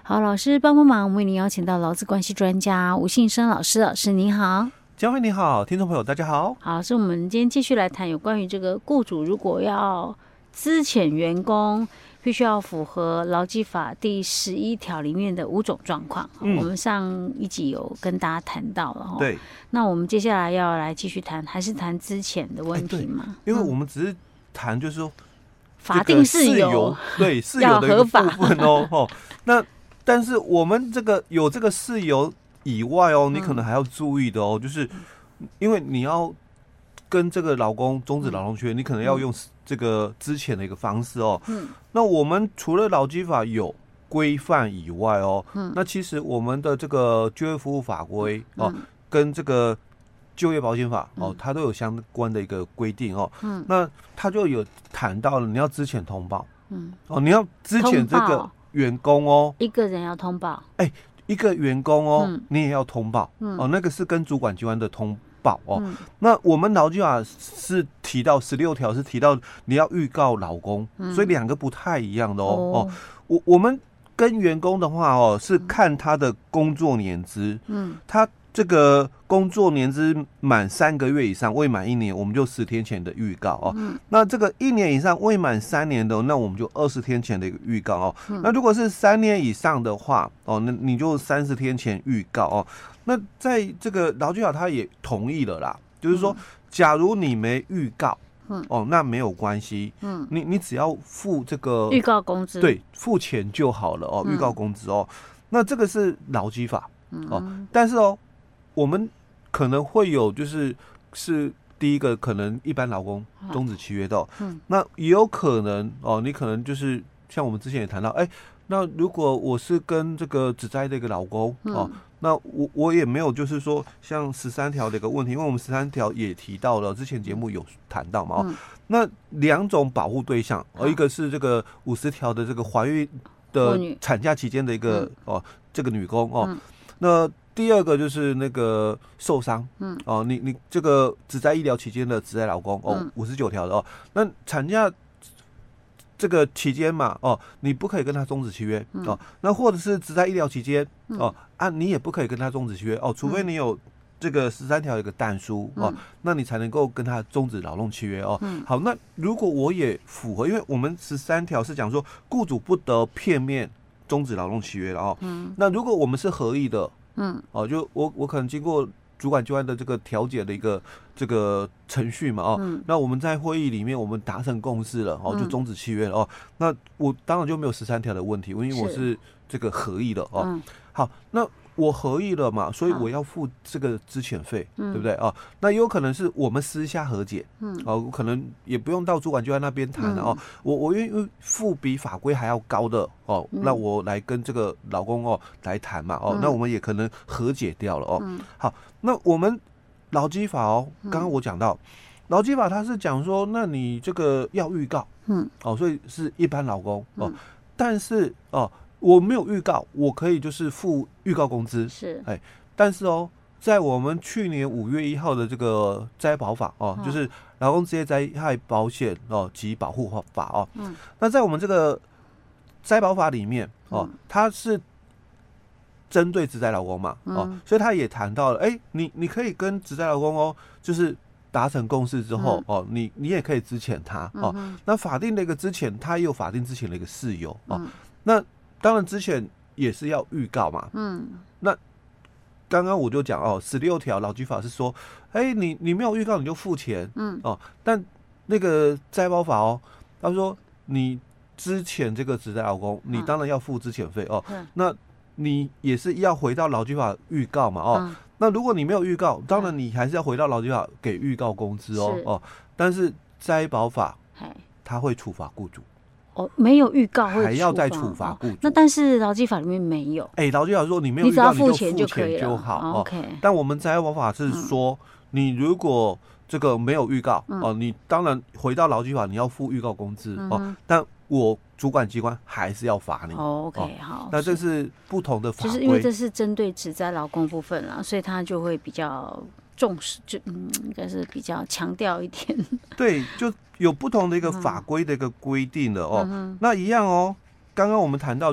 好，老师帮忙，我们为您邀请到劳资关系专家吴信生老师。老师您好。 江辉你好，听众朋友大家好。 好，老师，我们今天继续来谈有关于这个雇主如果要资遣员工，必须要符合劳基法第11条里面的5种状况。我们上一集有跟大家谈到了。 对， 那我们接下来要来继续谈，还是谈资遣的问题吗？ 因为我们只是谈就是说法定事由， 对事由的一个部分哦。那但是我们这个有这个事由以外哦，你可能还要注意的哦，就是因为你要跟这个劳工终止劳动契约，你可能要用这个资遣的一个方式哦。那我们除了劳基法有规范以外哦，那其实我们的这个就业服务法规哦，跟这个就业保险法哦，它都有相关的一个规定哦。那它就有谈到了你要资遣通报，你要资遣这个员工哦， 一个人要通报， 一个员工哦，你也要通报哦，那个是跟主管机关的通报哦。那我们劳基法是提到16条是提到你要预告劳工，所以2个不太一样的哦。我们跟员工的话哦，是看他的工作年资，他这个工作年资满3个月以上，未满1年，我们就10天前的预告哦。那这个1年以上，未满3年的，那我们就20天前的一个预告哦。那如果是3年以上的话哦，那你就30天前预告哦。那在这个劳基法他也同意了啦，就是说，假如你没预告，那没有关系，你只要付这个预告工资， 对，付钱就好了哦，预告工资哦。那这个是劳基法哦，但是哦。我们可能会有是第一个可能一般劳工终止契约的，那也有可能哦，你可能就是像我们之前也谈到，那如果我是跟这个职灾的一个劳工哦，那我也没有就是说像13条的一个问题，因为我们13条也提到了，之前节目有谈到嘛哦，那2种保护对象，一个是这个50条的这个怀孕的产假期间的一个这个女工哦，那第二个就是那个受伤，你这个只在医疗期间的职灾劳工59条的哦，那产假这个期间嘛你不可以跟他终止契约那或者是只在医疗期间你也不可以跟他终止契约除非你有这个13条一个但书那你才能够跟他终止劳动契约好，那如果我也符合，因为我们13条是讲说雇主不得片面终止劳动契约了那如果我们是合意的。就我可能经过主管机关的这个调解的一个这个程序嘛那我们在会议里面我们达成共识了就终止契约了那我当然就没有13条的问题，因为我是这个合意的好，那我合意了嘛，所以我要付这个资遣费，对不对那有可能是我们私下和解，可能也不用到主管机关那边谈我愿意付比法规还要高的那我来跟这个劳工来谈嘛那我们也可能和解掉了好，那我们劳基法刚刚我讲到劳基法它是讲说，那你这个要预告，所以是一般劳工但是我没有预告，我可以就是付预告工资，但是在我们去年5月1号的这个灾保法就是劳工职业灾害保险及保护法那在我们这个灾保法里面它是针对职灾劳工嘛所以他也谈到了，你可以跟职灾劳工就是达成共识之后你也可以资遣他那法定的一个资遣，它也有法定资遣的一个事由那当然，之前也是要预告嘛。那刚刚我就讲16条劳基法是说，你没有预告你就付钱，但那个灾保法他说你资遣这个职灾劳工，你当然要付资遣费那你也是要回到劳基法预告嘛那如果你没有预告，当然你还是要回到劳基法给预告工资但是灾保法它会处罚雇主。 没有预告会还要再处罚雇主， 那但是劳基法里面没有。 劳基法说你没有预告，你付钱就可以了就好。 OK， 但我们灾保法是说，你如果这个没有预告你当然回到劳基法你要付预告工资但我主管机关还是要罚你。 OK， 好， 那这是不同的法规， 就是因为这是针对职灾劳工部分啦，所以他就会比较重视，应该是比较强调一点。 对，就有不同的一个法规的一个规定的那一样刚刚我们谈到就是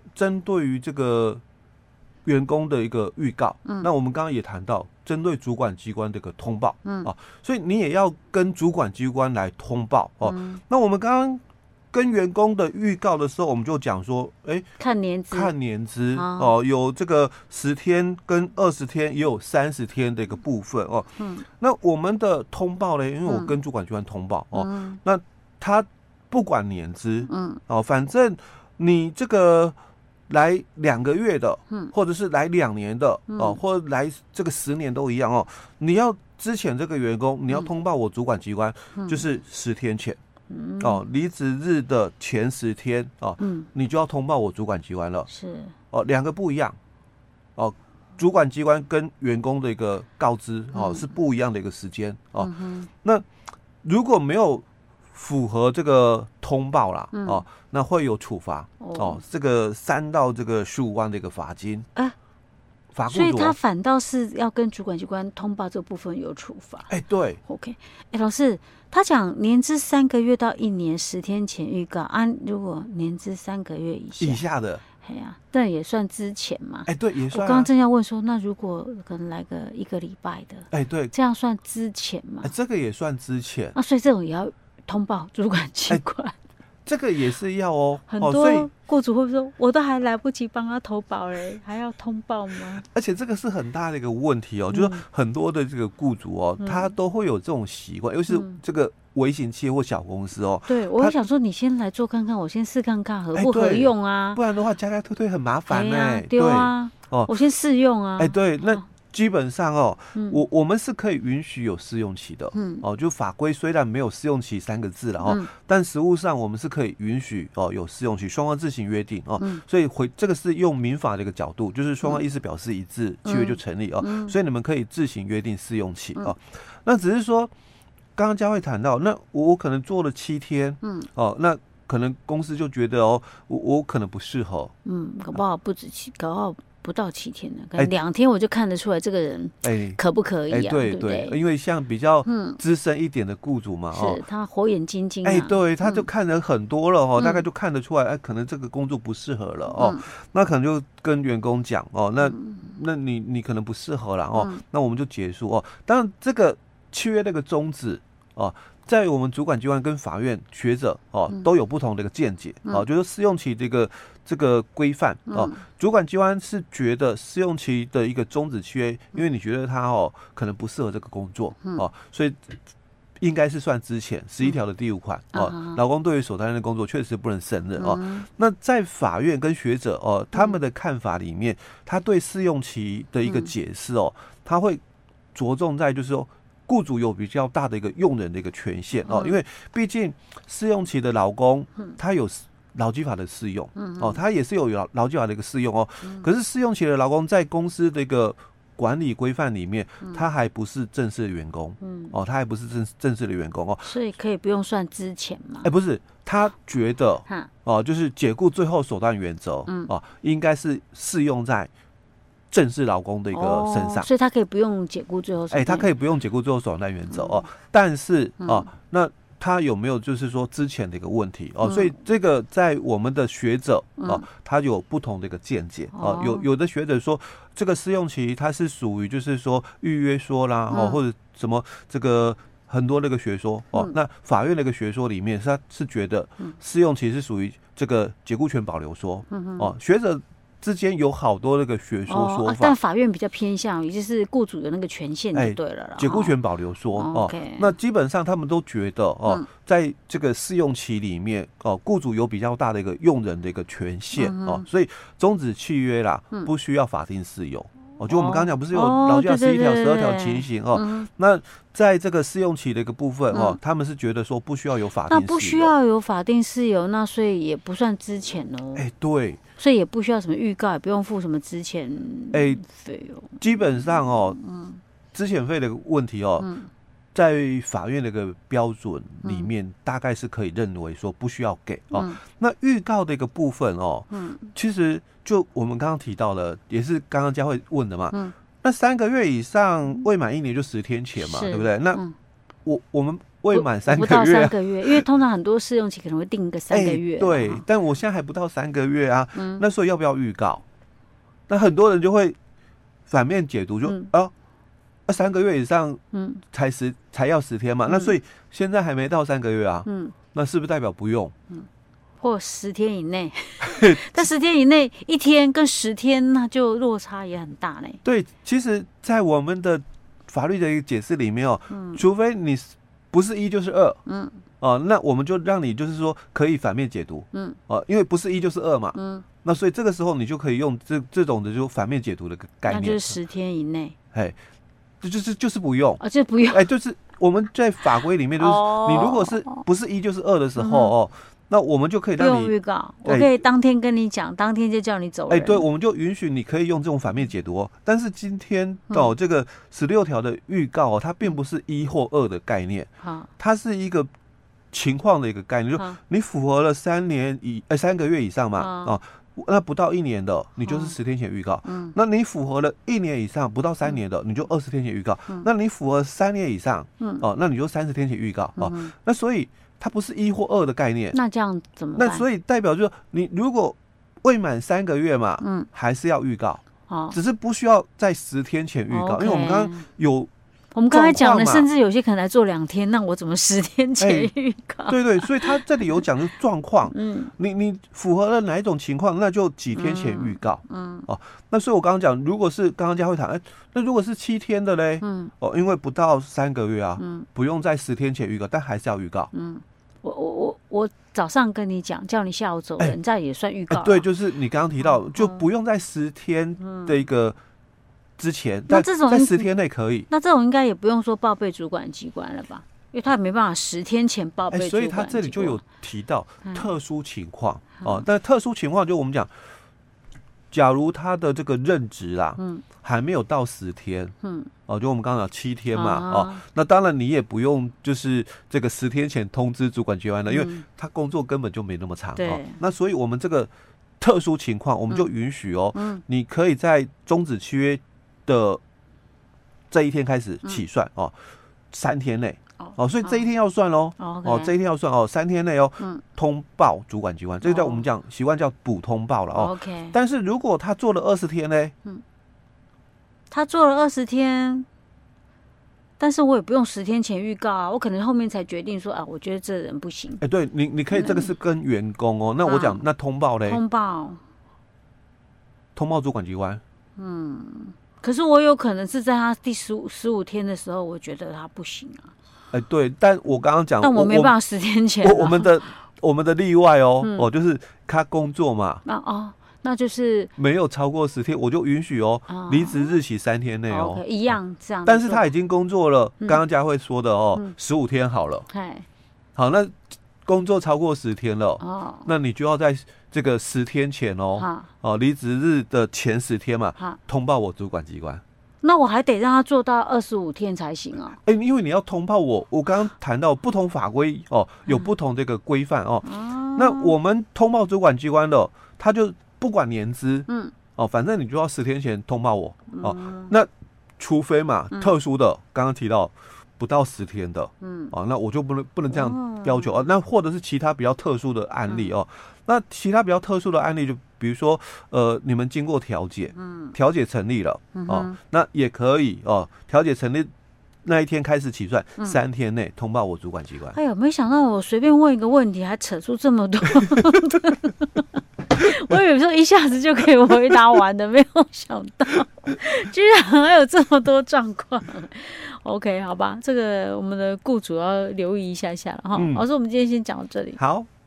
针对于这个员工的一个预告，那我们刚刚也谈到，针对主管机关的一个通报，所以你也要跟主管机关来通报哦。那我们刚刚跟员工的预告的时候，我们就讲说， 看年资哦，有这个10天跟20天，也有30天的一个部分哦。那我们的通报呢，因为我跟主管机关通报哦，那他不管年资，反正你这个来2个月的，或者是来2年的，或者来这个10年都一样哦。你要之前这个员工，你要通报我主管机关，就是10天前。离职日的前10天你就要通报我主管机关了。 是 2个不一样主管机关跟员工的一个告知是不一样的一个时间那如果没有符合这个通报啦那会有处罚这个3到这个15万的一个罚金所以他反倒是要跟主管机关通报这部分有处罚。 对 ，OK。老师，他讲年资3个月到1年10天前预告如果年资3个月以下的， 但也算之前嘛。 对，也算。 我刚刚正要问说，那如果可能来个1个礼拜的， 对， 这样算之前吗？ 这个也算之前所以这种也要通报主管机关。 这个也是要很多雇主会不会说，我都还来不及帮他投保嘞，还要通报吗？ 而且这个是很大的一个问题就是很多的这个雇主他都会有这种习惯，尤其是这个微型企业或小公司对，我会想说，你先来做看看，我先试看看合不合用啊， 不然的话加加推推很麻烦对啊，我先试用啊， 对，那基本上我们是可以允许有试用期的，就法规虽然没有试用期3个字了但实务上我们是可以允许有试用期，双方自行约定所以这个是用民法的一个角度，就是双方意思表示一致，契约就成立所以你们可以自行约定试用期那只是说，刚刚佳慧谈到，那我可能做了7天，那可能公司就觉得我可能不适合， 搞不好不止搞不好不到7天呢，可能2天我就看得出来这个人可不可以对不对？ 因为像比较资深一点的雇主嘛， 是他火眼金睛对，他就看了很多了大概就看得出来，可能这个工作不适合了那可能就跟员工讲那你可能不适合了那我们就结束当然这个契约那个终止在我们主管机关跟法院学者都有不同的一个见解就是试用期这个规范主管机关是觉得试用期的一个终止契约，因为你觉得他可能不适合这个工作所以应该是算之前11条的第5款劳工对于所担任的工作确实不能胜任那在法院跟学者他们的看法里面，他对试用期的一个解释他会着重在就是说，雇主有比较大的一个用人的一个权限因为毕竟试用期的劳工他有劳基法的适用他也是有劳基法的一个适用可是试用期的劳工在公司的一个管理规范里面他还不是正式的员工他还不是正式的员工所以可以不用算之前嘛不是，他觉得就是解雇最后手段原则应该是适用在正式劳工的一个身上， 所以他可以不用解雇最后手段他可以不用解雇最后手段原则但是那他有没有就是说之前的一个问题所以这个在我们的学者他有不同的一个见解有的学者说这个试用期它是属于就是说预约说啦或者什么这个很多那个学说那法院那个学说里面他是觉得试用期是属于这个解雇权保留说学者之间有好多那个学说法但法院比较偏向于就是雇主的那个权限就对了啦解雇权保留说那基本上他们都觉得在这个试用期里面雇主有比较大的一个用人的一个权限所以终止契约啦不需要法定适用就我们刚刚讲不是有劳基法11条12条情形那在这个试用期的一个部分他们是觉得说不需要有法定适用， 那不需要有法定适用，那所以也不算之前对， 所以也不需要什么预告，也不用付什么之前费用基本上之前费的问题在法院的一个标准里面大概是可以认为说不需要给那预告的一个部分其实就我们刚刚提到了，也是刚刚佳慧问的嘛那3个月以上未满1年就10天前嘛对不对那我们未满3个月， 不到3个月，因为通常很多试用期可能会定个3个月。 对，但我现在还不到3个月啊，那所以要不要预告？那很多人就会反面解读，就3个月以上，才要10天嘛，那所以现在还没到3个月啊，那是不是代表不用？ 或10天以内，但10天以内1天跟10天，那就落差也很大嘞。 对，其实，在我们的法律的一个解释里面除非你不是1就是2，那我们就让你就是说可以反面解读，因为不是1就是2嘛，那所以这个时候你就可以用这种的就反面解读的概念， 那就是10天以内， 就是不用就不用， 就是我们在法规里面就是你如果是不是1就是2的时候那我们就可以让你不用预告，我可以当天跟你讲，当天就叫你走人。 对，我们就允许你可以用这种反面解读但是今天这个16条的预告它并不是1或2的概念，它是一个情况的一个概念，就你符合了3个月以上嘛，那不到1年的，你就是10天前预告。那你符合了1年以上，不到3年的，你就20天前预告。那你符合3年以上，那你就30天前预告。那所以它不是1或2的概念。 那这样怎么办？ 那所以代表就是你如果未满3个月嘛，还是要预告，只是不需要在10天前预告，因为我们刚刚有。 我们刚才讲的，甚至有些可能来做2天，那我怎么10天前预告？ 对，所以他这里有讲的状况，你符合了哪一种情况，那就几天前预告，那所以我刚刚讲，如果是刚刚佳慧谈，那如果是7天的嘞，因为不到3个月啊，不用在10天前预告，但还是要预告， 我早上跟你讲，叫你下午走人，这样也算预告， 对，就是你刚刚提到，就不用在10天的一个。之前，那这种在10天内可以。 那这种应该也不用说报备主管机关了吧？因为他也没办法10天前报备主管机关。 所以他这里就有提到特殊情况但特殊情况就我们讲，假如他的这个任职啦，还没有到10天，就我们刚刚讲7天嘛，那当然你也不用就是这个10天前通知主管机关了，因为他工作根本就没那么长那所以我们这个特殊情况，我们就允许你可以在终止契约的这一天开始起算3天内所以这一天要算这一天要算3天内通报主管机关，这个叫我们讲习惯叫补通报了但是如果他做了20天呢？ 他做了20天，但是我也不用10天前预告啊，我可能后面才决定说我觉得这人不行。 对，你可以这个是跟员工那我讲那通报呢？通报主管机关。 可是我有可能是在他第15天的时候，我觉得他不行啊。 对，但我刚刚讲， 但我没办法10天前。 我们的例外就是他工作嘛。 那就是没有超过10天，我就允许离职日期3天内一样这样。 但是他已经工作了，刚刚佳慧说的15天好了。好，那工作超过10天了那你就要在这个10天前离职日的前10天嘛，通报我主管机关。 那我还得让他做到25天才行啊。 因为你要通报我刚刚谈到不同法规有不同这个规范那我们通报主管机关的，他就不管年资反正你就要10天前通报我那除非嘛特殊的，刚刚提到不到10天的那我就不能这样要求那或者是其他比较特殊的案例那其他比较特殊的案例就比如说你们经过调解调解成立了那也可以调解成立那一天开始起算3天内通报我主管机关。 没想到我随便问一个问题还扯出这么多我以为说一下子就可以回答完的，没有想到居然还有这么多状况。OK， 好吧，这个我们的雇主要留意一下了哈。老师，我们今天先讲到这里。 好。